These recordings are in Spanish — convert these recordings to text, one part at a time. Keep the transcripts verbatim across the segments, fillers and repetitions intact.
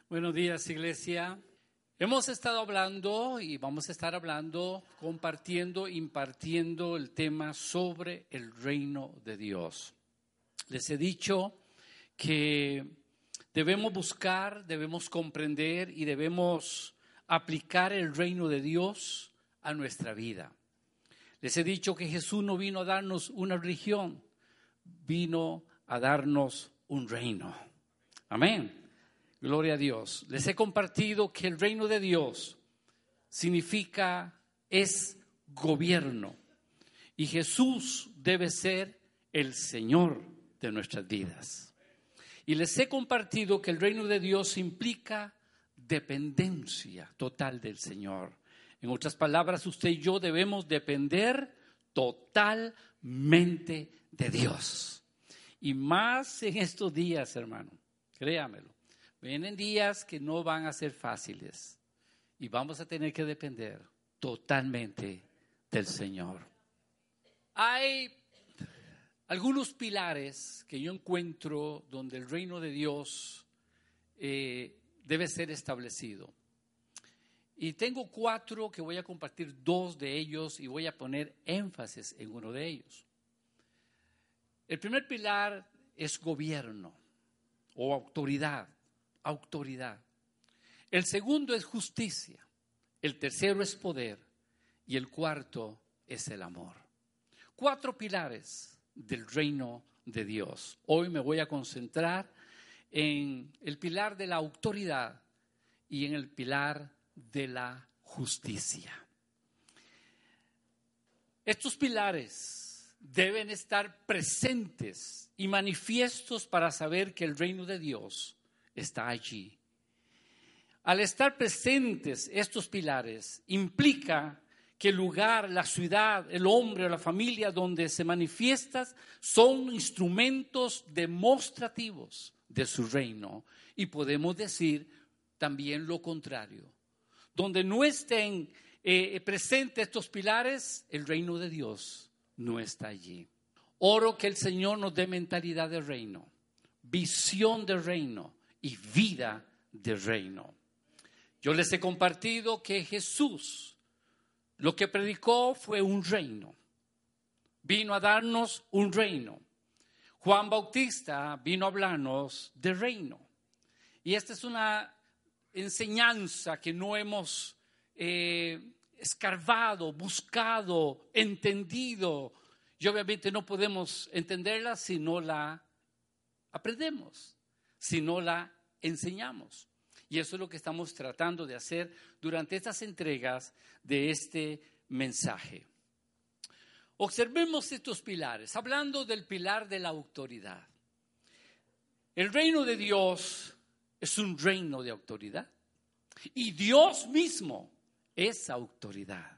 Buenos días, iglesia. Hemos estado hablando y vamos a estar hablando, compartiendo, impartiendo el tema sobre el reino de Dios. Les he dicho que debemos buscar, debemos comprender y debemos aplicar el reino de Dios a nuestra vida. Les he dicho que Jesús no vino a darnos una religión, vino a darnos un reino. Amén. Gloria a Dios. Les he compartido que el reino de Dios significa, es gobierno. Y Jesús debe ser el Señor de nuestras vidas. Y les he compartido que el reino de Dios implica dependencia total del Señor. En otras palabras, usted y yo debemos depender totalmente de Dios. Y más en estos días, hermano, créamelo. Vienen días que no van a ser fáciles y vamos a tener que depender totalmente del Señor. Hay algunos pilares que yo encuentro donde el reino de Dios eh, debe ser establecido. Y tengo cuatro que voy a compartir, dos de ellos, y voy a poner énfasis en uno de ellos. El primer pilar es gobierno o autoridad. Autoridad. El segundo es justicia. El tercero es poder. Y el cuarto es el amor. Cuatro pilares del reino de Dios. Hoy me voy a concentrar en el pilar de la autoridad y en el pilar de la justicia. Estos pilares deben estar presentes y manifiestos para saber que el reino de Dios está allí. Al estar presentes estos pilares, implica que el lugar, la ciudad, el hombre o la familia donde se manifiestan son instrumentos demostrativos de su reino. Y podemos decir también lo contrario. Donde no estén eh, presentes estos pilares, el reino de Dios no está allí. Oro que el Señor nos dé mentalidad de reino, visión de reino y vida de reino. Yo les he compartido que Jesús lo que predicó fue un reino. Vino a darnos un reino. Juan Bautista vino a hablarnos de reino. Y esta es una enseñanza que no hemos eh, escarbado, buscado, entendido. Y obviamente no podemos entenderla si no la aprendemos, si no la enseñamos. Y eso es lo que estamos tratando de hacer durante estas entregas de este mensaje. Observemos estos pilares, hablando del pilar de la autoridad. El reino de Dios es un reino de autoridad y Dios mismo es autoridad.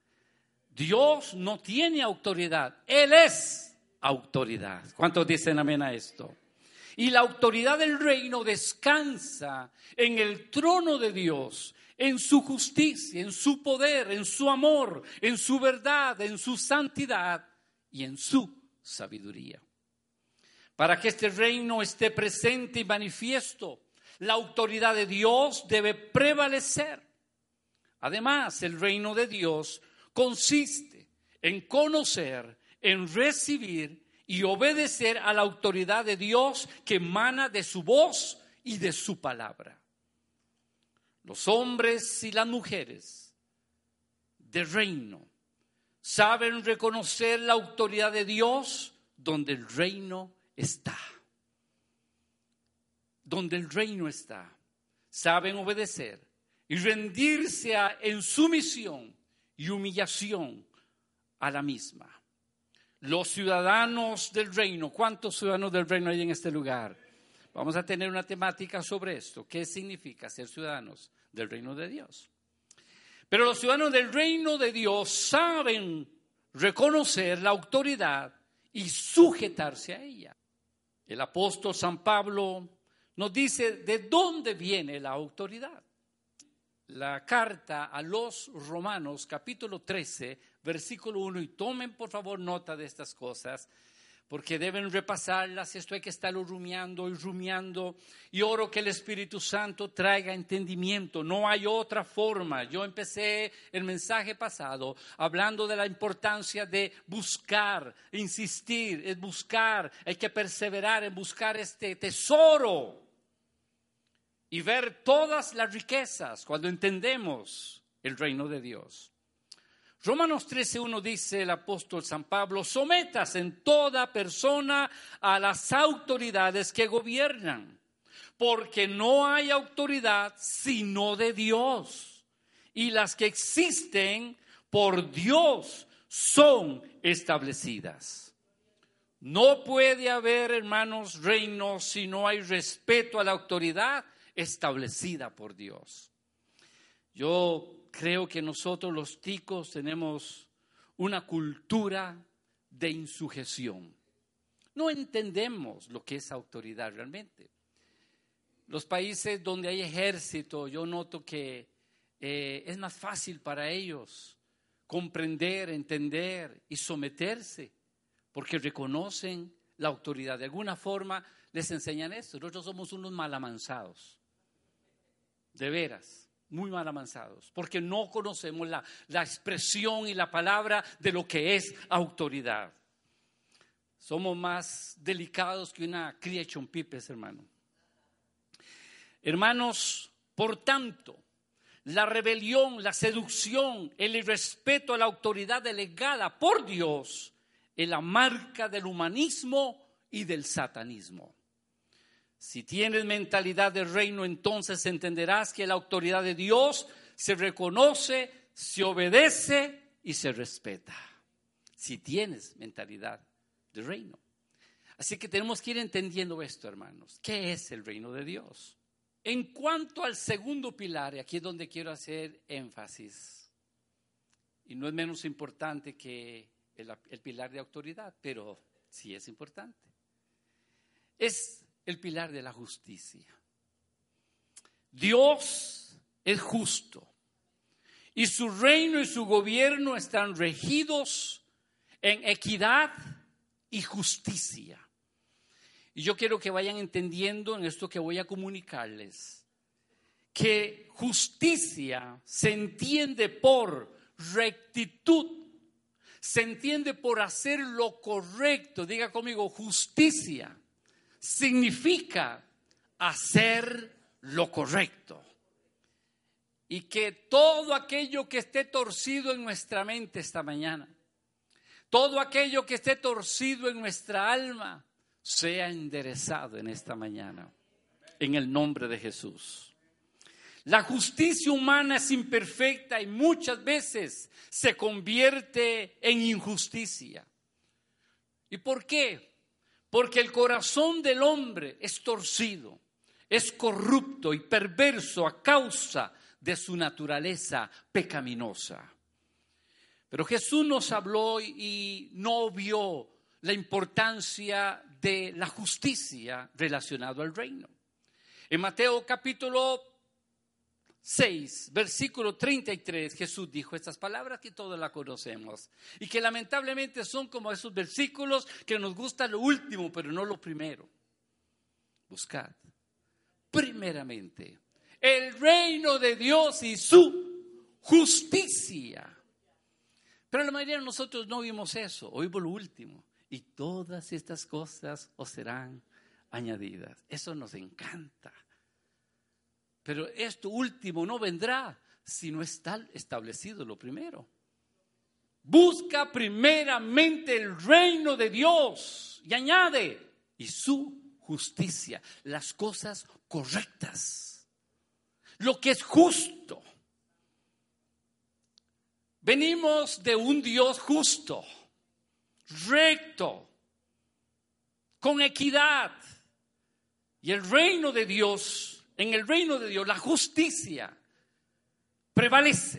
Dios no tiene autoridad, Él es autoridad. ¿Cuántos dicen amén a esto? Y la autoridad del reino descansa en el trono de Dios, en su justicia, en su poder, en su amor, en su verdad, en su santidad y en su sabiduría. Para que este reino esté presente y manifiesto, la autoridad de Dios debe prevalecer. Además, el reino de Dios consiste en conocer, en recibir y obedecer a la autoridad de Dios que emana de su voz y de su palabra. Los hombres y las mujeres del reino saben reconocer la autoridad de Dios donde el reino está. Donde el reino está. Saben obedecer y rendirse a, en sumisión y humillación a la misma. Los ciudadanos del reino, ¿cuántos ciudadanos del reino hay en este lugar? Vamos a tener una temática sobre esto. ¿Qué significa ser ciudadanos del reino de Dios? Pero los ciudadanos del reino de Dios saben reconocer la autoridad y sujetarse a ella. El apóstol San Pablo nos dice de dónde viene la autoridad. La carta a los Romanos, capítulo trece, versículo uno, y tomen por favor nota de estas cosas, porque deben repasarlas. Esto hay que estarlo rumiando y rumiando. Y oro que el Espíritu Santo traiga entendimiento. No hay otra forma. Yo empecé el mensaje pasado hablando de la importancia de buscar, insistir, es buscar. Hay que perseverar en buscar este tesoro y ver todas las riquezas cuando entendemos el reino de Dios. Romanos trece uno dice el apóstol San Pablo: sométase en toda persona a las autoridades que gobiernan, porque no hay autoridad sino de Dios, y las que existen por Dios son establecidas. No puede haber, hermanos, reino si no hay respeto a la autoridad establecida por Dios. Yo creo que nosotros los ticos tenemos una cultura de insujeción. No entendemos lo que es autoridad realmente. Los países donde hay ejército, yo noto que eh, es más fácil para ellos comprender, entender y someterse, porque reconocen la autoridad. De alguna forma les enseñan esto. Nosotros somos unos malamanzados, de veras. Muy mal avanzados, porque no conocemos la, la expresión y la palabra de lo que es autoridad. Somos más delicados que una cría chompipes, hermano. Hermanos, por tanto, la rebelión, la seducción, el irrespeto a la autoridad delegada por Dios es la marca del humanismo y del satanismo. Si tienes mentalidad de reino, entonces entenderás que la autoridad de Dios se reconoce, se obedece y se respeta. Si tienes mentalidad de reino. Así que tenemos que ir entendiendo esto, hermanos. ¿Qué es el reino de Dios? En cuanto al segundo pilar, y aquí es donde quiero hacer énfasis, y no es menos importante que el, el pilar de autoridad, pero sí es importante. Es el pilar de la justicia. Dios es justo y su reino y su gobierno están regidos en equidad y justicia. Y yo quiero que vayan entendiendo en esto que voy a comunicarles, que justicia se entiende por rectitud, se entiende por hacer lo correcto. Diga conmigo, justicia significa hacer lo correcto. Y que todo aquello que esté torcido en nuestra mente esta mañana, todo aquello que esté torcido en nuestra alma, sea enderezado en esta mañana, en el nombre de Jesús. La justicia humana es imperfecta y muchas veces se convierte en injusticia. ¿Y por qué? Porque el corazón del hombre es torcido, es corrupto y perverso a causa de su naturaleza pecaminosa. Pero Jesús nos habló y no vio la importancia de la justicia relacionada al reino. En Mateo capítulo seis, versículo treinta y tres, Jesús dijo estas palabras que todos la conocemos y que lamentablemente son como esos versículos que nos gusta lo último, pero no lo primero. Buscad primeramente el reino de Dios y su justicia. Pero la mayoría de nosotros no vimos eso, oímos lo último. Y todas estas cosas os serán añadidas. Eso nos encanta. Pero esto último no vendrá si no está establecido lo primero. Busca primeramente el reino de Dios y añade, y su justicia, las cosas correctas, lo que es justo. Venimos de un Dios justo, recto, con equidad. Y el reino de Dios, en el reino de Dios, la justicia prevalece.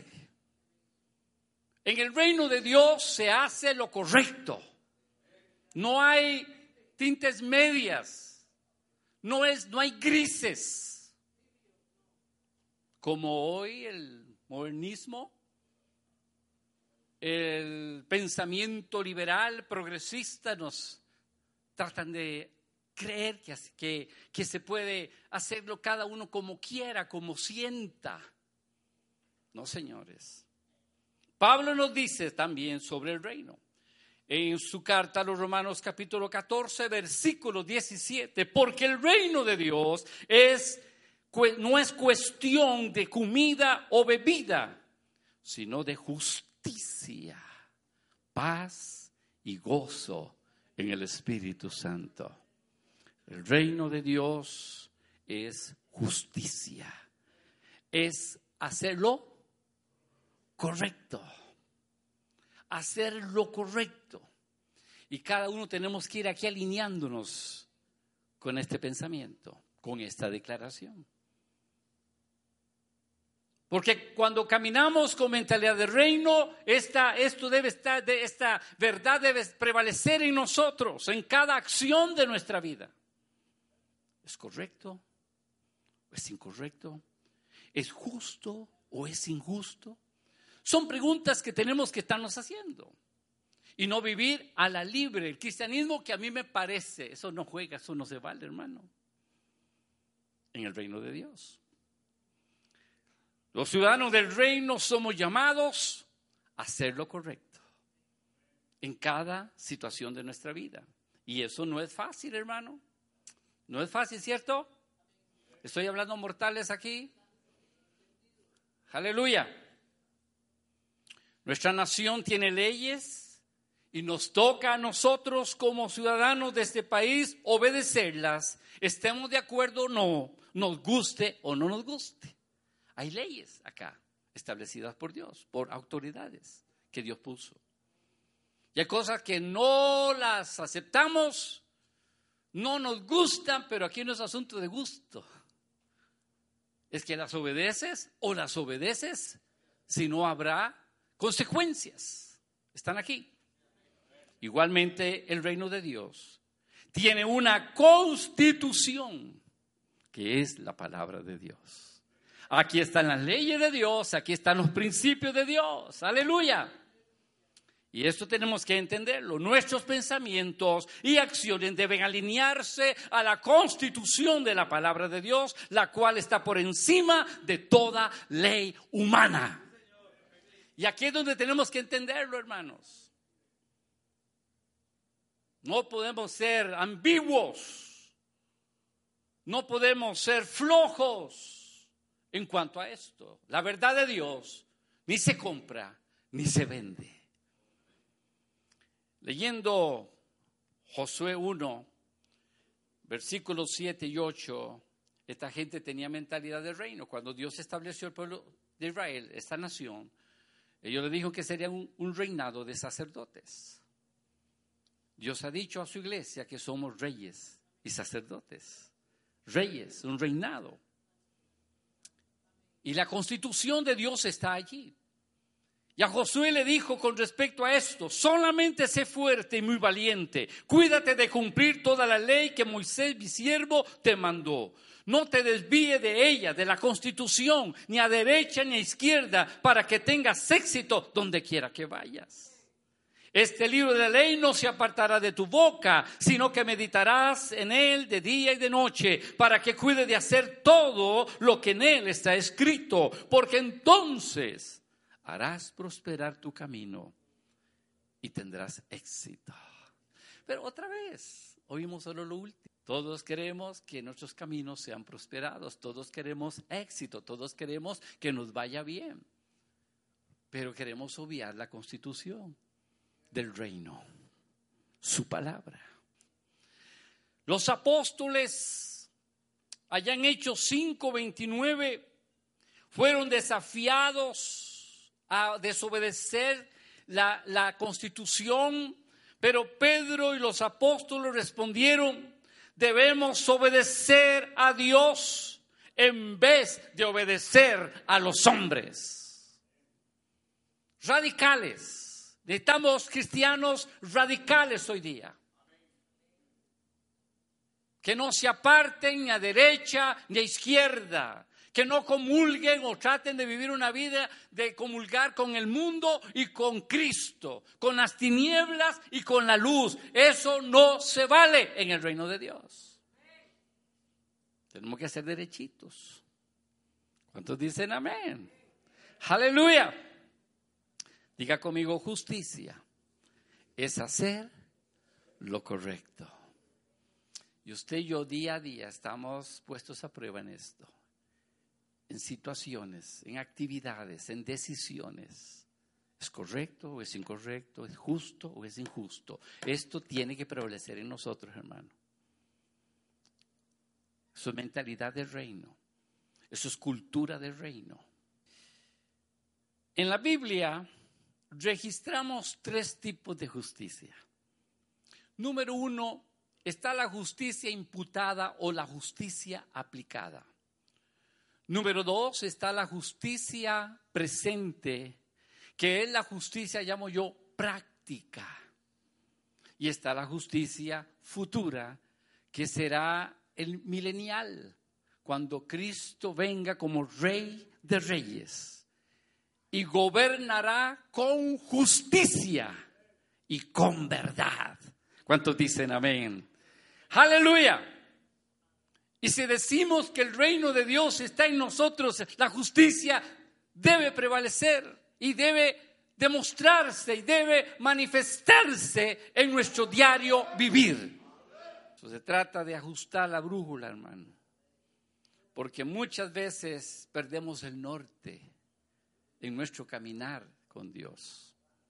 En el reino de Dios se hace lo correcto. No hay tintes medias, no, es, no hay grises. Como hoy el modernismo, el pensamiento liberal, progresista nos tratan de creer que, que, que se puede hacerlo cada uno como quiera, como sienta. No, señores. Pablo nos dice también sobre el reino. En su carta a los Romanos capítulo catorce, versículo diecisiete, porque el reino de Dios es, no es cuestión de comida o bebida, sino de justicia, paz y gozo en el Espíritu Santo. El reino de Dios es justicia, es hacerlo correcto, hacer lo correcto. Y cada uno tenemos que ir aquí alineándonos con este pensamiento, con esta declaración. Porque cuando caminamos con mentalidad de reino, esta, esto debe estar, de, esta verdad debe prevalecer en nosotros, en cada acción de nuestra vida. ¿Es correcto o es incorrecto? ¿Es justo o es injusto? Son preguntas que tenemos que estarnos haciendo. Y no vivir a la libre. El cristianismo que a mí me parece, eso no juega, eso no se vale, hermano. En el reino de Dios. Los ciudadanos del reino somos llamados a hacer lo correcto en cada situación de nuestra vida. Y eso no es fácil, hermano. No es fácil, ¿cierto? Estoy hablando mortales aquí. Aleluya. Nuestra nación tiene leyes y nos toca a nosotros como ciudadanos de este país obedecerlas. Estemos de acuerdo o no, nos guste o no nos guste. Hay leyes acá establecidas por Dios, por autoridades que Dios puso. Y hay cosas que no las aceptamos, no nos gustan, pero aquí no es asunto de gusto. Es que las obedeces o las obedeces, si no habrá consecuencias. Están aquí. Igualmente el reino de Dios tiene una constitución que es la palabra de Dios. Aquí están las leyes de Dios, aquí están los principios de Dios. Aleluya. Y esto tenemos que entenderlo. Nuestros pensamientos y acciones deben alinearse a la constitución de la palabra de Dios, la cual está por encima de toda ley humana. Y aquí es donde tenemos que entenderlo, hermanos. No podemos ser ambiguos. No podemos ser flojos en cuanto a esto. La verdad de Dios ni se compra ni se vende. Leyendo Josué uno, versículos siete y ocho, esta gente tenía mentalidad de reino. Cuando Dios estableció el pueblo de Israel, esta nación, ellos le dijo que sería un, un reinado de sacerdotes. Dios ha dicho a su iglesia que somos reyes y sacerdotes. Reyes, un reinado. Y la constitución de Dios está allí. Y a Josué le dijo con respecto a esto: solamente sé fuerte y muy valiente. Cuídate de cumplir toda la ley que Moisés, mi siervo, te mandó. No te desvíe de ella, de la constitución, ni a derecha ni a izquierda, para que tengas éxito donde quiera que vayas. Este libro de la ley no se apartará de tu boca, sino que meditarás en él de día y de noche, para que cuides de hacer todo lo que en él está escrito, porque entonces harás prosperar tu camino y tendrás éxito. Pero otra vez, oímos solo lo último. Todos queremos que nuestros caminos sean prosperados, todos queremos éxito, todos queremos que nos vaya bien. Pero queremos obviar la constitución del reino, su palabra. Los apóstoles, allá en Hechos cinco veintinueve, fueron desafiados a desobedecer la, la constitución, pero Pedro y los apóstoles respondieron: debemos obedecer a Dios en vez de obedecer a los hombres. Radicales. Necesitamos cristianos radicales hoy día. Que no se aparten ni a derecha ni a izquierda. que no comulguen o traten de vivir una vida de comulgar con el mundo y con Cristo, con las tinieblas y con la luz. Eso no se vale en el reino de Dios. Tenemos que ser derechitos. ¿Cuántos dicen amén? Aleluya. Diga conmigo, justicia es hacer lo correcto. Y usted y yo día a día estamos puestos a prueba en esto. En situaciones, en actividades, en decisiones. ¿Es correcto o es incorrecto? ¿Es justo o es injusto? Esto tiene que prevalecer en nosotros, hermano. Eso es mentalidad del reino. Eso es cultura del reino. En la Biblia registramos tres tipos de justicia. Número uno, está la justicia imputada o la justicia aplicada. Número dos, está la justicia presente, que es la justicia, llamo yo, práctica. Y está la justicia futura, que será el milenial, cuando Cristo venga como Rey de Reyes y gobernará con justicia y con verdad. ¿Cuántos dicen amén? ¡Aleluya! Y si decimos que el reino de Dios está en nosotros, la justicia debe prevalecer y debe demostrarse y debe manifestarse en nuestro diario vivir. Eso se trata de ajustar la brújula, hermano, porque muchas veces perdemos el norte en nuestro caminar con Dios.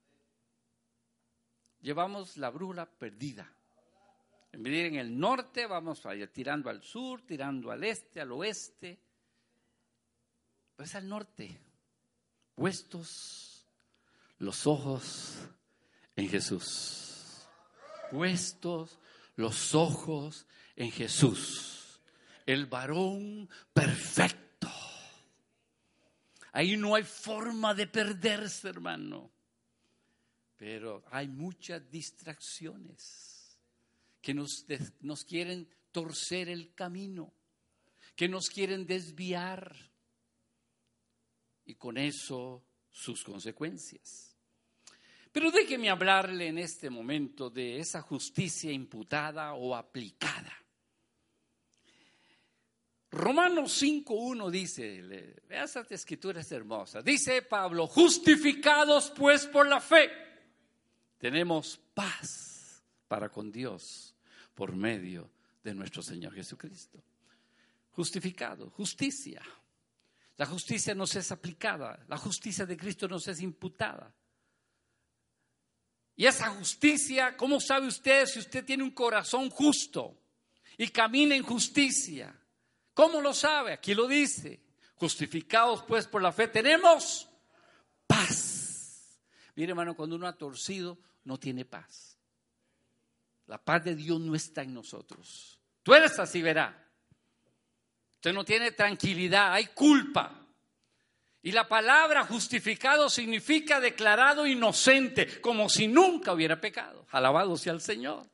Llevamos la brújula perdida. En vez de ir en el norte, vamos allá, tirando al sur, tirando al este, al oeste. Pues al norte, puestos los ojos en Jesús. Puestos los ojos en Jesús, el varón perfecto. Ahí no hay forma de perderse, hermano. Pero hay muchas distracciones que nos, nos quieren torcer el camino, que nos quieren desviar, y con eso sus consecuencias. Pero déjeme hablarle en este momento de esa justicia imputada o aplicada. Romanos cinco uno dice, vea esa escritura es hermosa, dice Pablo, justificados pues por la fe, tenemos paz para con Dios por medio de nuestro Señor Jesucristo. Justificado, justicia. La justicia nos es aplicada, la justicia de Cristo nos es imputada. Y esa justicia, ¿cómo sabe usted si usted tiene un corazón justo y camina en justicia? ¿Cómo lo sabe? Aquí lo dice. Justificados pues por la fe tenemos paz. Mire, hermano, cuando uno ha torcido no tiene paz. La paz de Dios no está en nosotros. Tú eres así, verá. Usted no tiene tranquilidad, hay culpa. Y la palabra justificado significa declarado inocente, como si nunca hubiera pecado. Alabado sea el Señor.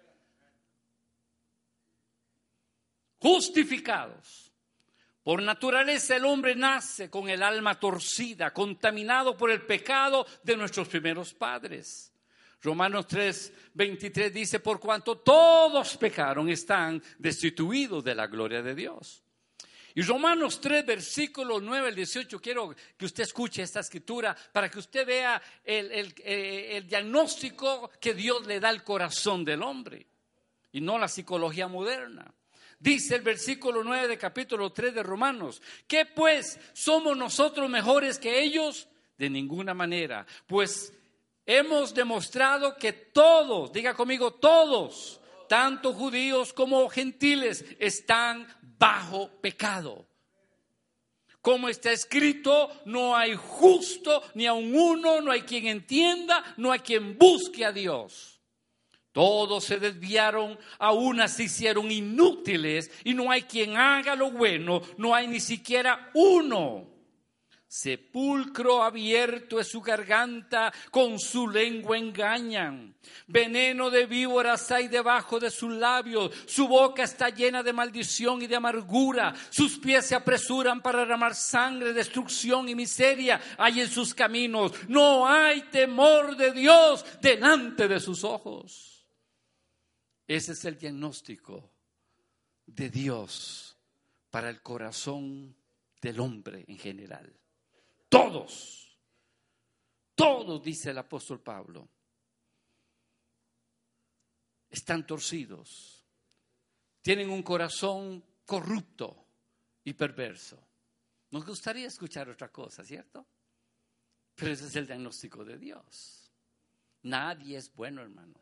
Justificados. Por naturaleza el hombre nace con el alma torcida, contaminado por el pecado de nuestros primeros padres. Romanos tres veintitrés dice, por cuanto todos pecaron, están destituidos de la gloria de Dios. Y Romanos tres, versículo nueve al dieciocho, quiero que usted escuche esta escritura para que usted vea el, el, el diagnóstico que Dios le da al corazón del hombre y no la psicología moderna. Dice el versículo nueve de capítulo tres de Romanos, ¿qué pues somos nosotros mejores que ellos? De ninguna manera, pues hemos demostrado que todos, diga conmigo todos, tanto judíos como gentiles, están bajo pecado. Como está escrito, no hay justo ni aun uno, no hay quien entienda, no hay quien busque a Dios. Todos se desviaron, a unas se hicieron inútiles y no hay quien haga lo bueno, no hay ni siquiera uno. Sepulcro abierto es su garganta, con su lengua engañan. Veneno de víboras hay debajo de sus labios, su boca está llena de maldición y de amargura. Sus pies se apresuran para derramar sangre, destrucción y miseria hay en sus caminos. No hay temor de Dios delante de sus ojos. Ese es el diagnóstico de Dios para el corazón del hombre en general. Todos, todos, dice el apóstol Pablo, están torcidos, tienen un corazón corrupto y perverso. Nos gustaría escuchar otra cosa, ¿cierto? Pero ese es el diagnóstico de Dios. Nadie es bueno, hermano.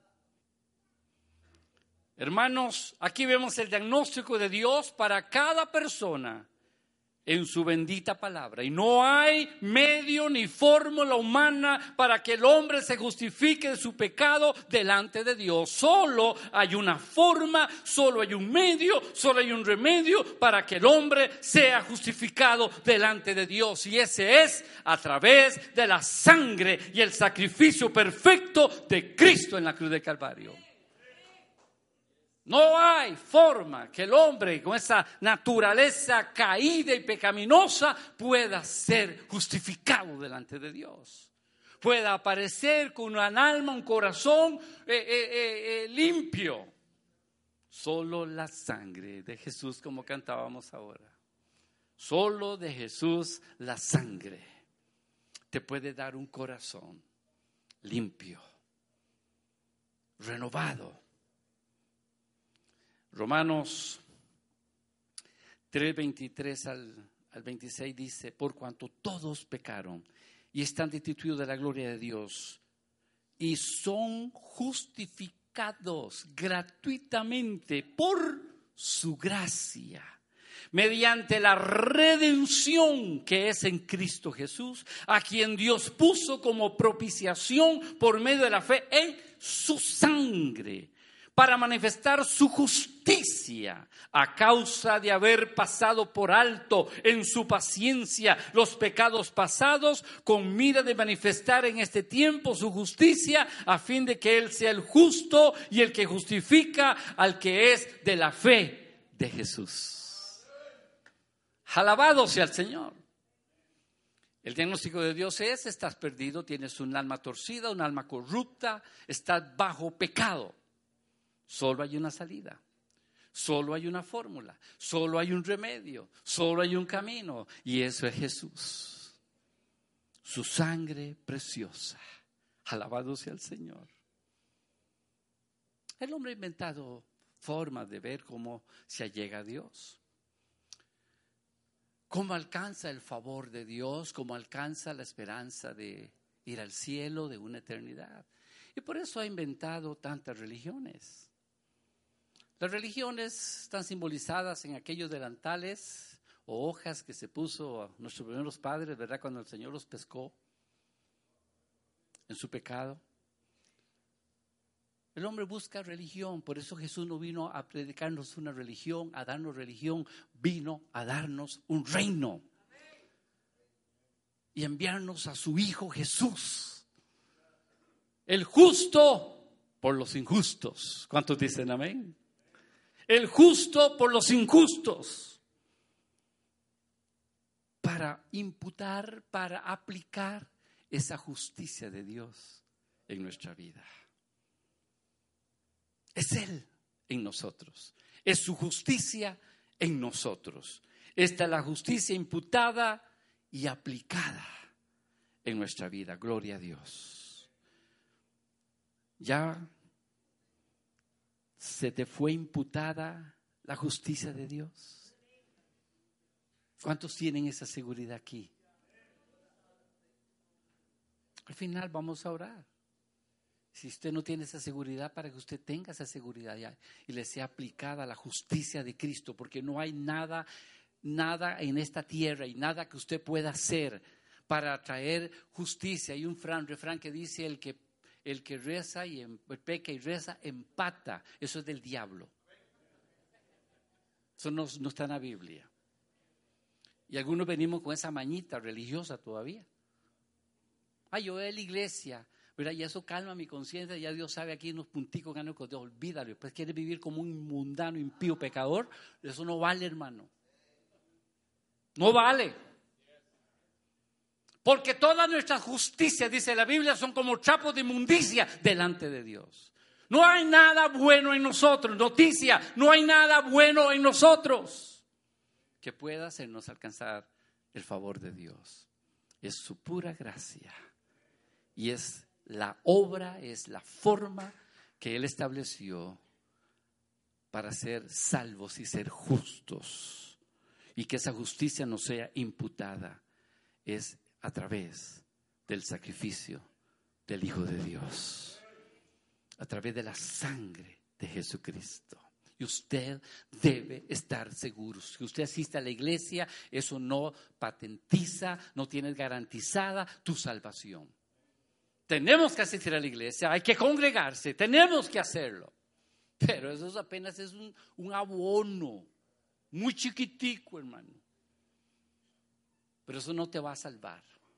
Hermanos, aquí vemos el diagnóstico de Dios para cada persona en su bendita palabra. Y no hay medio ni fórmula humana para que el hombre se justifique de su pecado delante de Dios. Solo hay una forma, solo hay un medio, solo hay un remedio para que el hombre sea justificado delante de Dios. Y ese es a través de la sangre y el sacrificio perfecto de Cristo en la cruz del Calvario. No hay forma que el hombre con esa naturaleza caída y pecaminosa pueda ser justificado delante de Dios. Pueda aparecer con un alma, un corazón eh, eh, eh, eh, limpio. Solo la sangre de Jesús, como cantábamos ahora. Solo de Jesús la sangre te puede dar un corazón limpio, renovado. Romanos tres, veintitrés al, al veintiséis dice: por cuanto todos pecaron y están destituidos de la gloria de Dios y son justificados gratuitamente por su gracia, mediante la redención que es en Cristo Jesús, a quien Dios puso como propiciación por medio de la fe en su sangre, para manifestar su justicia a causa de haber pasado por alto en su paciencia los pecados pasados, con mira de manifestar en este tiempo su justicia, a fin de que Él sea el justo y el que justifica al que es de la fe de Jesús. Alabado sea el Señor. El diagnóstico de Dios es: estás perdido, tienes un alma torcida, un alma corrupta, estás bajo pecado. Solo hay una salida, solo hay una fórmula, solo hay un remedio, solo hay un camino, y eso es Jesús. Su sangre preciosa. Alabado sea el Señor. El hombre ha inventado formas de ver cómo se allega a Dios, cómo alcanza el favor de Dios, cómo alcanza la esperanza de ir al cielo, de una eternidad. Y por eso ha inventado tantas religiones. Las religiones están simbolizadas en aquellos delantales o hojas que se puso a nuestros primeros padres, ¿verdad? Cuando el Señor los pescó en su pecado. El hombre busca religión, por eso Jesús no vino a predicarnos una religión, a darnos religión, vino a darnos un reino y enviarnos a su Hijo Jesús, el justo por los injustos. ¿Cuántos dicen amén? El justo por los injustos, para imputar, para aplicar esa justicia de Dios en nuestra vida. Es Él en nosotros, es su justicia en nosotros. Esta es la justicia imputada y aplicada en nuestra vida. Gloria a Dios. Ya ¿se te fue imputada la justicia de Dios? ¿Cuántos tienen esa seguridad aquí? Al final vamos a orar. Si usted no tiene esa seguridad, para que usted tenga esa seguridad ya, y le sea aplicada la justicia de Cristo, porque no hay nada, nada en esta tierra y nada que usted pueda hacer para traer justicia. Hay un refrán que dice: el que El que reza y peca y reza empata. Eso es del diablo. Eso no, no está en la Biblia. Y algunos venimos con esa mañita religiosa todavía. Ay, yo voy a la iglesia, ¿verdad? Y eso calma mi conciencia, ya Dios sabe aquí unos punticos ganan con Dios, olvídalo. Después quieres vivir como un mundano, impío, pecador, eso no vale, hermano. No vale. Porque todas nuestras justicias, dice la Biblia, son como trapos de inmundicia delante de Dios. No hay nada bueno en nosotros. Noticia, no hay nada bueno en nosotros que pueda hacernos alcanzar el favor de Dios. Es su pura gracia. Y es la obra, es la forma que Él estableció para ser salvos y ser justos. Y que esa justicia no sea imputada. Es a través del sacrificio del Hijo de Dios. A través de la sangre de Jesucristo. Y usted debe estar seguro. Si usted asiste a la iglesia, eso no patentiza, no tiene garantizada tu salvación. Tenemos que asistir a la iglesia, hay que congregarse, tenemos que hacerlo. Pero eso apenas es un, un abono, muy chiquitico, hermano. Pero eso no te va a salvar.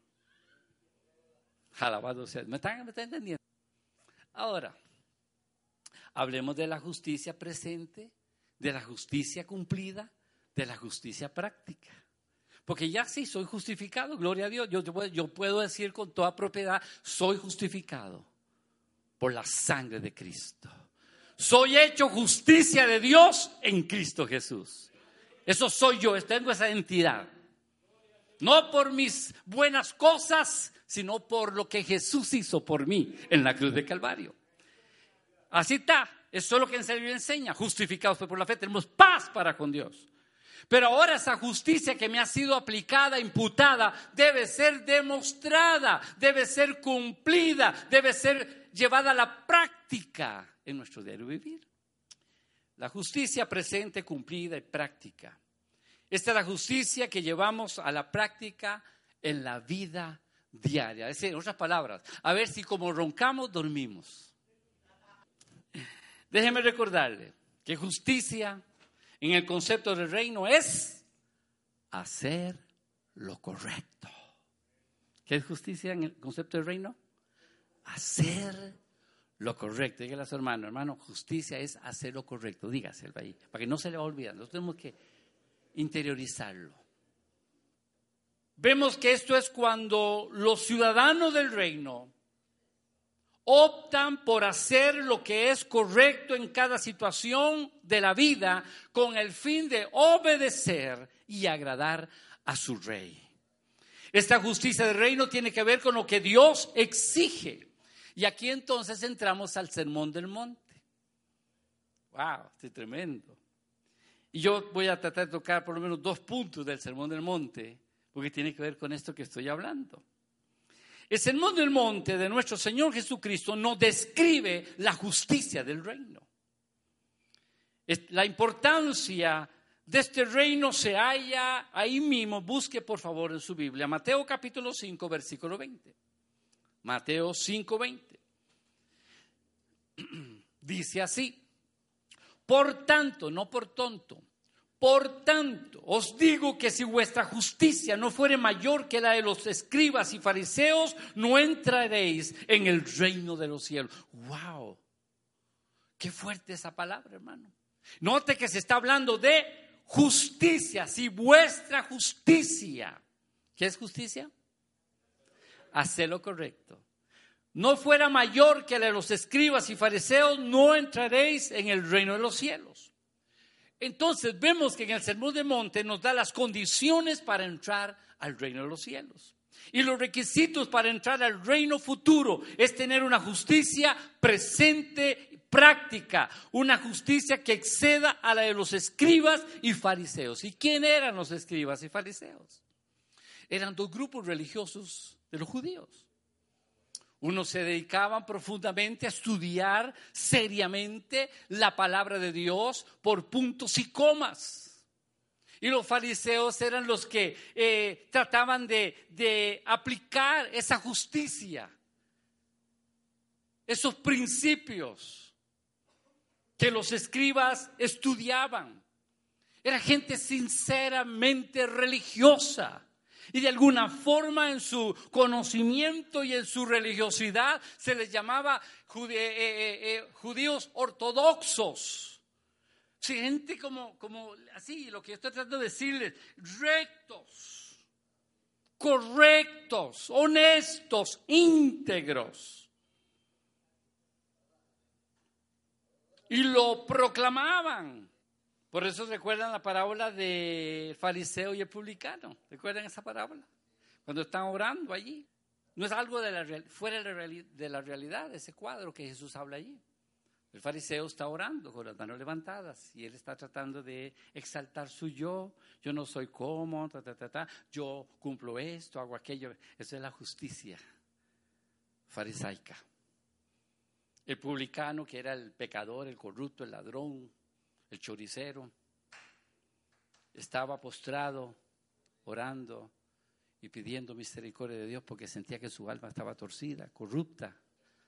Alabado sea. ¿Me están, me están entendiendo? Ahora, hablemos de la justicia presente, de la justicia cumplida, de la justicia práctica. Porque ya sí soy justificado, gloria a Dios. Yo, yo puedo decir con toda propiedad, soy justificado por la sangre de Cristo. Soy hecho justicia de Dios en Cristo Jesús. Eso soy yo, tengo esa identidad. No por mis buenas cosas, sino por lo que Jesús hizo por mí en la cruz de Calvario. Así está, eso es lo que en serio enseña. Justificados por la fe, tenemos paz para con Dios. Pero ahora esa justicia que me ha sido aplicada, imputada, debe ser demostrada, debe ser cumplida, debe ser llevada a la práctica en nuestro diario vivir. La justicia presente, cumplida y práctica. Esta es la justicia que llevamos a la práctica en la vida diaria. Es decir, en otras palabras, a ver si como roncamos, dormimos. Déjeme recordarle que justicia en el concepto del reino es hacer lo correcto. ¿Qué es justicia en el concepto del reino? Hacer lo correcto. Dígale a su hermano, hermano, justicia es hacer lo correcto. Dígaselo ahí, para que no se le va olvidando. Nosotros tenemos que interiorizarlo. Vemos que esto es cuando los ciudadanos del reino optan por hacer lo que es correcto en cada situación de la vida con el fin de obedecer y agradar a su rey. Esta justicia del reino tiene que ver con lo que Dios exige. Y aquí entonces entramos al Sermón del Monte. ¡Wow! ¡Qué tremendo! Y yo voy a tratar de tocar por lo menos dos puntos del Sermón del Monte, porque tiene que ver con esto que estoy hablando. El Sermón del Monte de nuestro Señor Jesucristo nos describe la justicia del reino. La importancia de este reino se halla ahí mismo. Busque por favor en su Biblia Mateo capítulo cinco, versículo veinte. Mateo cinco, veinte. Dice así: por tanto, no por tonto, por tanto, os digo que si vuestra justicia no fuere mayor que la de los escribas y fariseos, no entraréis en el reino de los cielos. ¡Wow! ¡Qué fuerte esa palabra, hermano! Note que se está hablando de justicia. Si vuestra justicia, ¿qué es justicia? Hacer lo correcto. No fuera mayor que la de los escribas y fariseos, no entraréis en el reino de los cielos. Entonces vemos que en el Sermón del Monte nos da las condiciones para entrar al reino de los cielos. Y los requisitos para entrar al reino futuro es tener una justicia presente, práctica, una justicia que exceda a la de los escribas y fariseos. ¿Y quién eran los escribas y fariseos? Eran dos grupos religiosos de los judíos. Unos se dedicaban profundamente a estudiar seriamente la palabra de Dios por puntos y comas. Y los fariseos eran los que eh, trataban de, de aplicar esa justicia, esos principios que los escribas estudiaban. Era gente sinceramente religiosa. Y de alguna forma en su conocimiento y en su religiosidad se les llamaba judí- eh, eh, eh, judíos ortodoxos. Sí, gente como, como así, lo que yo estoy tratando de decirles, rectos, correctos, honestos, íntegros. Y lo proclamaban. Por eso recuerdan la parábola del fariseo y el publicano. ¿Recuerdan esa parábola? Cuando están orando allí. No es algo de la, fuera de la, de la realidad, ese cuadro que Jesús habla allí. El fariseo está orando con las manos levantadas y él está tratando de exaltar su yo. Yo no soy como, ta, ta, ta, ta. Yo cumplo esto, hago aquello. Eso es la justicia farisaica. El publicano, que era el pecador, el corrupto, el ladrón, el choricero, estaba postrado, orando y pidiendo misericordia de Dios porque sentía que su alma estaba torcida, corrupta.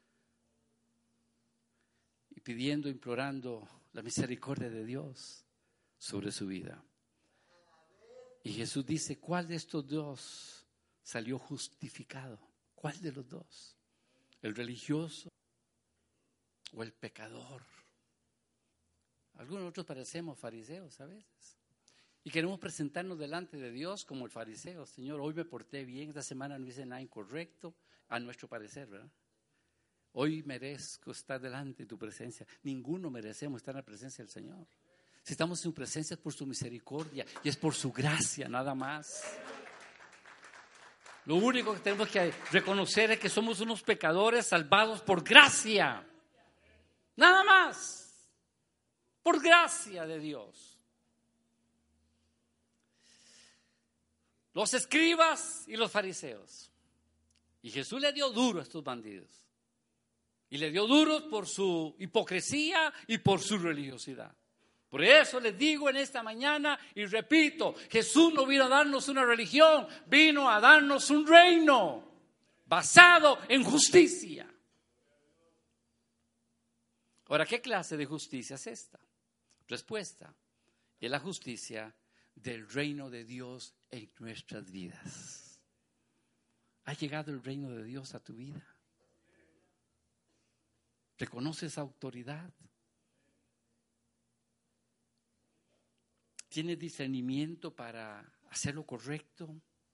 Y pidiendo, implorando la misericordia de Dios sobre su vida. Y Jesús dice, ¿cuál de estos dos salió justificado? ¿Cuál de los dos? ¿El religioso o el pecador? Algunos de nosotros parecemos fariseos a veces. Y queremos presentarnos delante de Dios como el fariseo. Señor, hoy me porté bien, esta semana no hice nada incorrecto, a nuestro parecer, ¿verdad? Hoy merezco estar delante de tu presencia. Ninguno merecemos estar en la presencia del Señor. Si estamos en su presencia es por su misericordia y es por su gracia, nada más. Lo único que tenemos que reconocer es que somos unos pecadores salvados por gracia. Nada más. Por gracia de Dios. Los escribas y los fariseos. Y Jesús le dio duro a estos bandidos. Y le dio duro por su hipocresía y por su religiosidad. Por eso les digo en esta mañana y repito, Jesús no vino a darnos una religión, vino a darnos un reino basado en justicia. Ahora, ¿qué clase de justicia es esta? Respuesta, es la justicia del reino de Dios en nuestras vidas. ¿Ha llegado el reino de Dios a tu vida? ¿Reconoces autoridad? ¿Tienes discernimiento para hacer lo correcto?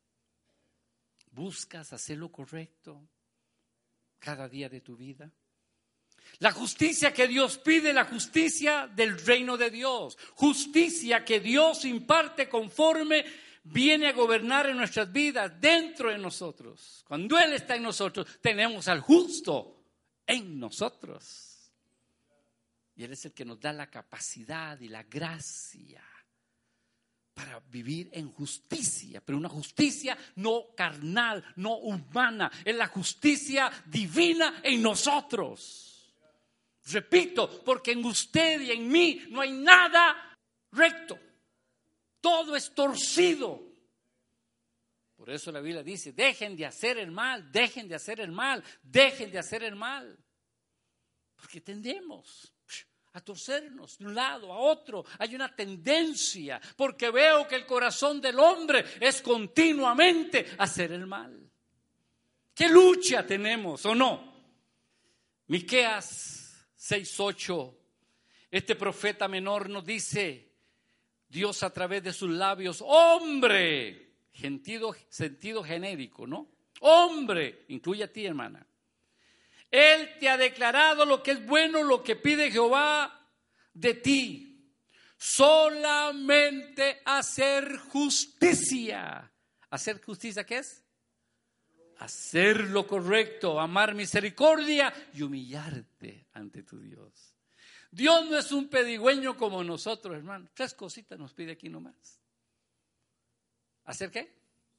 ¿Buscas hacer lo correcto cada día de tu vida? La justicia que Dios pide, la justicia del reino de Dios, justicia que Dios imparte conforme viene a gobernar en nuestras vidas, dentro de nosotros. Cuando Él está en nosotros, tenemos al justo en nosotros. Y Él es el que nos da la capacidad y la gracia para vivir en justicia, pero una justicia no carnal, no humana, es la justicia divina en nosotros. Repito, porque en usted y en mí no hay nada recto, todo es torcido. Por eso la Biblia dice, dejen de hacer el mal, dejen de hacer el mal, dejen de hacer el mal. Porque tendemos a torcernos de un lado a otro. Hay una tendencia, porque veo que el corazón del hombre es continuamente hacer el mal. ¿Qué lucha tenemos o no? Miqueas seis ocho, este profeta menor nos dice, Dios a través de sus labios, hombre, sentido, sentido genérico, ¿no? Hombre, incluye a ti, hermana. Él te ha declarado lo que es bueno, lo que pide Jehová de ti. Solamente hacer justicia. ¿Hacer justicia qué es? Hacer lo correcto, amar misericordia y humillarte ante tu Dios. Dios no es un pedigüeño como nosotros, hermano. Tres cositas nos pide aquí nomás. ¿Hacer qué?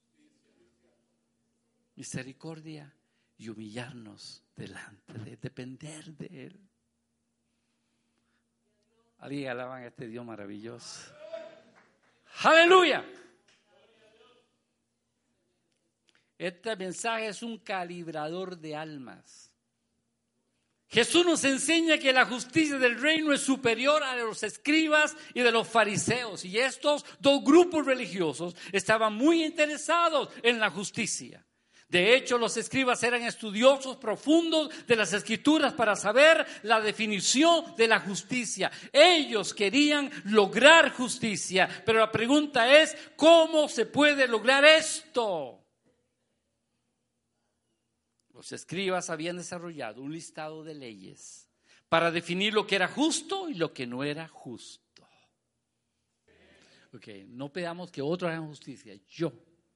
Misericordia y humillarnos delante de Él, depender de Él. Alguien alaban a este Dios maravilloso. ¡Aleluya! Este mensaje es un calibrador de almas. Jesús nos enseña que la justicia del reino es superior a los escribas y de los fariseos. Y estos dos grupos religiosos estaban muy interesados en la justicia. De hecho, los escribas eran estudiosos profundos de las Escrituras para saber la definición de la justicia. Ellos querían lograr justicia, pero la pregunta es, ¿cómo se puede lograr esto? Los escribas habían desarrollado un listado de leyes para definir lo que era justo y lo que no era justo. Ok, no pedamos que otros hagan justicia, yo.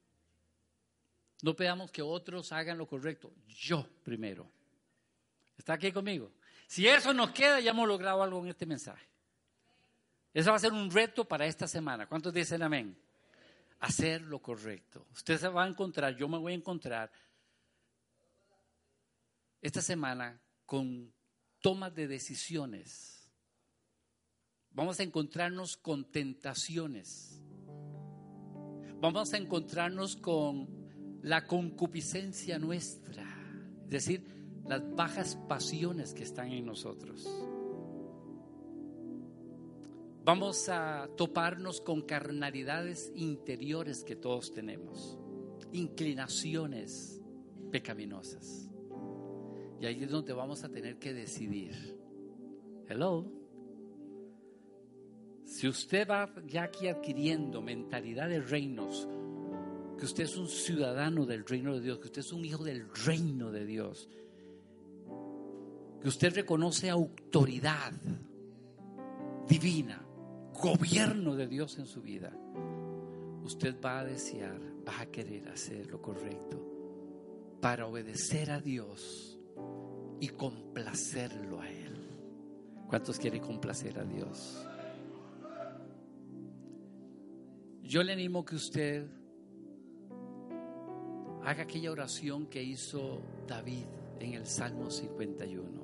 No pedamos que otros hagan lo correcto, yo primero. ¿Está aquí conmigo? Si eso nos queda, ya hemos logrado algo en este mensaje. Eso va a ser un reto para esta semana. ¿Cuántos dicen amén? Hacer lo correcto. Usted se va a encontrar, yo me voy a encontrar esta semana con tomas de decisiones. Vamos a encontrarnos con tentaciones. Vamos a encontrarnos con la concupiscencia nuestra, es decir, las bajas pasiones que están en nosotros. Vamos a toparnos con carnalidades interiores que todos tenemos, inclinaciones pecaminosas. Y ahí es donde vamos a tener que decidir. Hello. Si usted va ya aquí adquiriendo mentalidad de reinos, que usted es un ciudadano del reino de Dios, que usted es un hijo del reino de Dios, que usted reconoce autoridad divina, gobierno de Dios en su vida, usted va a desear, va a querer hacer lo correcto para obedecer a Dios y complacerlo a Él. ¿Cuántos quieren complacer a Dios? Yo le animo que usted haga aquella oración que hizo David en el Salmo cincuenta y uno.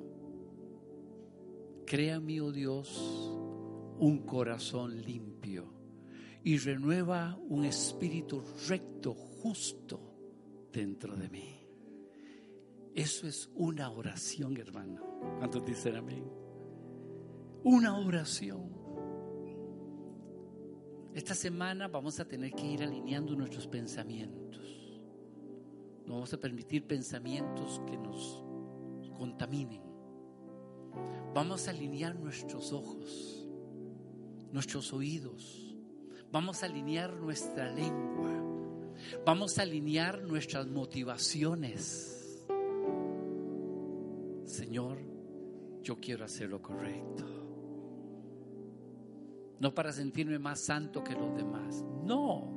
Crea en mí, oh Dios, un corazón limpio y renueva un espíritu recto, justo dentro de mí. Eso es una oración, hermano. ¿Cuántos dicen amén? Una oración. Esta semana vamos a tener que ir alineando nuestros pensamientos. No vamos a permitir pensamientos que nos contaminen. Vamos a alinear nuestros ojos, nuestros oídos. Vamos a alinear nuestra lengua. Vamos a alinear nuestras motivaciones. Señor, yo quiero hacer lo correcto. No para sentirme más santo que los demás. No.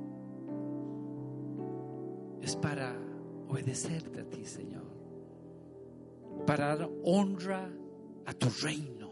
Es para obedecerte a ti, Señor, para dar honra a tu reino,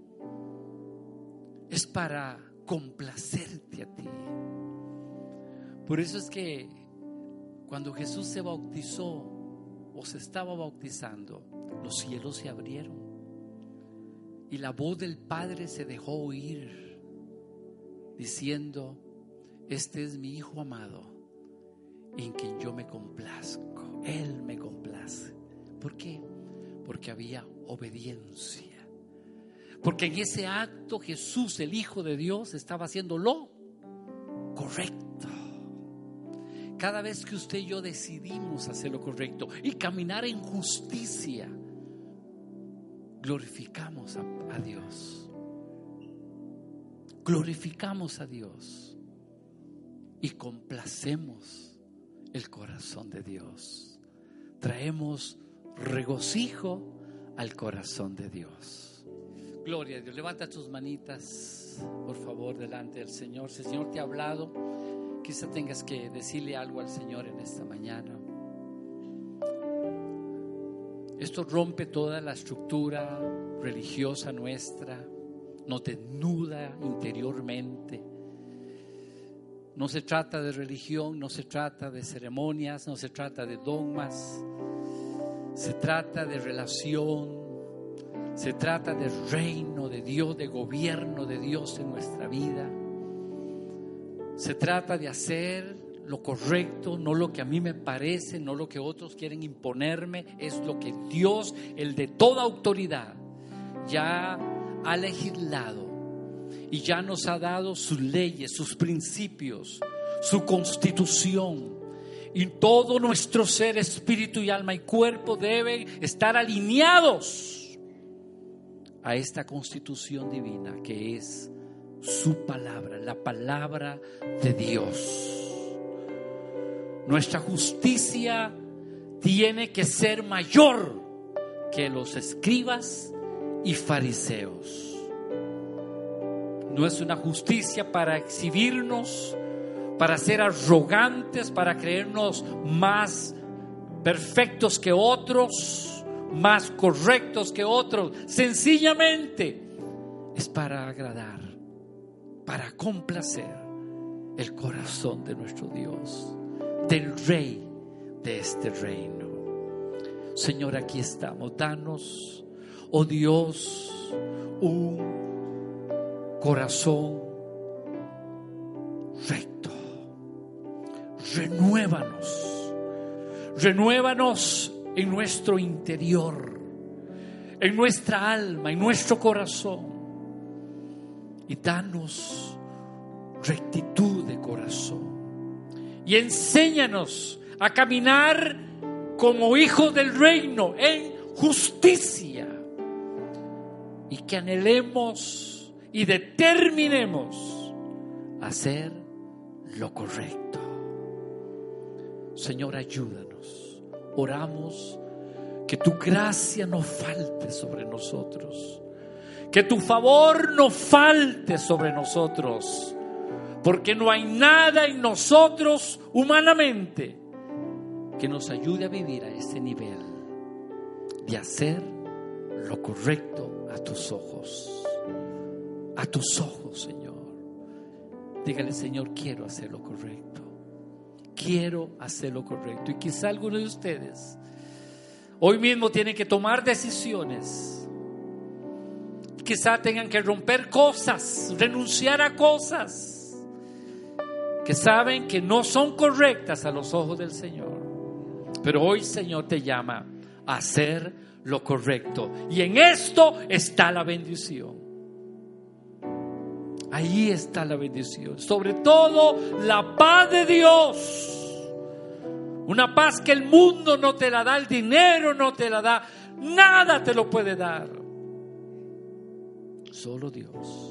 es para complacerte a ti. Por eso es que cuando Jesús se bautizó o se estaba bautizando, los cielos se abrieron y la voz del Padre se dejó oír diciendo: este es mi Hijo amado, en quien yo me complazco. Él me complace. ¿Por qué? Porque había obediencia. Porque en ese acto Jesús, el Hijo de Dios, estaba haciendo lo correcto. Cada vez que usted y yo decidimos hacer lo correcto y caminar en justicia, glorificamos a, a Dios. Glorificamos a Dios y complacemos el corazón de Dios. Traemos regocijo al corazón de Dios. Gloria a Dios. Levanta tus manitas, por favor, delante del Señor. Si el Señor te ha hablado, quizá tengas que decirle algo al Señor en esta mañana. Esto rompe toda la estructura religiosa nuestra, nos desnuda interiormente. No se trata de religión, no se trata de ceremonias, no se trata de dogmas. Se trata de relación, se trata del reino de Dios, de gobierno de Dios en nuestra vida. Se trata de hacer lo correcto, no lo que a mí me parece, no lo que otros quieren imponerme, es lo que Dios, el de toda autoridad, ya ha legislado y ya nos ha dado sus leyes, sus principios, su constitución. Y todo nuestro ser, espíritu y alma y cuerpo deben estar alineados a esta constitución divina que es su palabra, la palabra de Dios. Nuestra justicia tiene que ser mayor que los escribas y fariseos. No es una justicia para exhibirnos, para ser arrogantes, para creernos más perfectos que otros, más correctos que otros. Sencillamente es para agradar, para complacer el corazón de nuestro Dios, del Rey de este reino. Señor, aquí estamos. Danos, oh Dios, un corazón recto. Renuévanos, renuévanos en nuestro interior, en nuestra alma, en nuestro corazón, y danos rectitud de corazón y enséñanos a caminar como hijos del reino en justicia, y que anhelemos y determinemos hacer lo correcto. Señor, ayúdanos. Oramos que tu gracia no falte sobre nosotros, que tu favor no falte sobre nosotros, porque no hay nada en nosotros humanamente que nos ayude a vivir a ese nivel de hacer lo correcto a tus ojos, a tus ojos, Señor. Dígale: Señor, quiero hacer lo correcto, quiero hacer lo correcto. Y quizá algunos de ustedes hoy mismo tienen que tomar decisiones, quizá tengan que romper cosas, renunciar a cosas que saben que no son correctas a los ojos del Señor. Pero hoy, Señor, te llama a hacer lo correcto, y en esto está la bendición. Ahí está la bendición. Sobre todo la paz de Dios, una paz que el mundo no te la da, el dinero no te la da, nada te lo puede dar. Solo Dios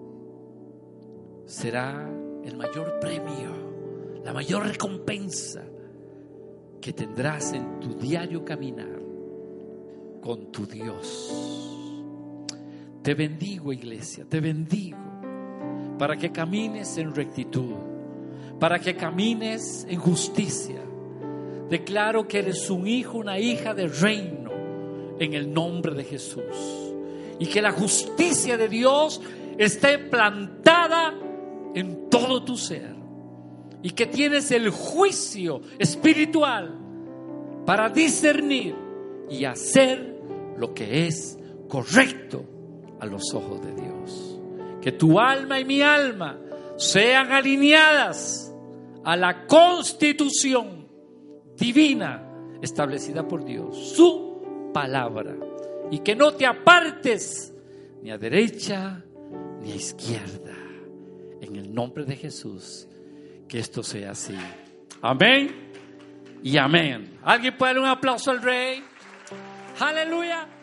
será el mayor premio, la mayor recompensa que tendrás en tu diario caminar con tu Dios. Te bendigo, iglesia, te bendigo, para que camines en rectitud, para que camines en justicia. Declaro que eres un hijo, una hija del reino, en el nombre de Jesús, y que la justicia de Dios esté plantada en todo tu ser, y que tienes el juicio espiritual para discernir y hacer lo que es correcto a los ojos de Dios. Que tu alma y mi alma sean alineadas a la constitución divina establecida por Dios, su palabra, y que no te apartes ni a derecha ni a izquierda. En el nombre de Jesús, que esto sea así. Amén y amén. ¿Alguien puede dar un aplauso al Rey? Aleluya.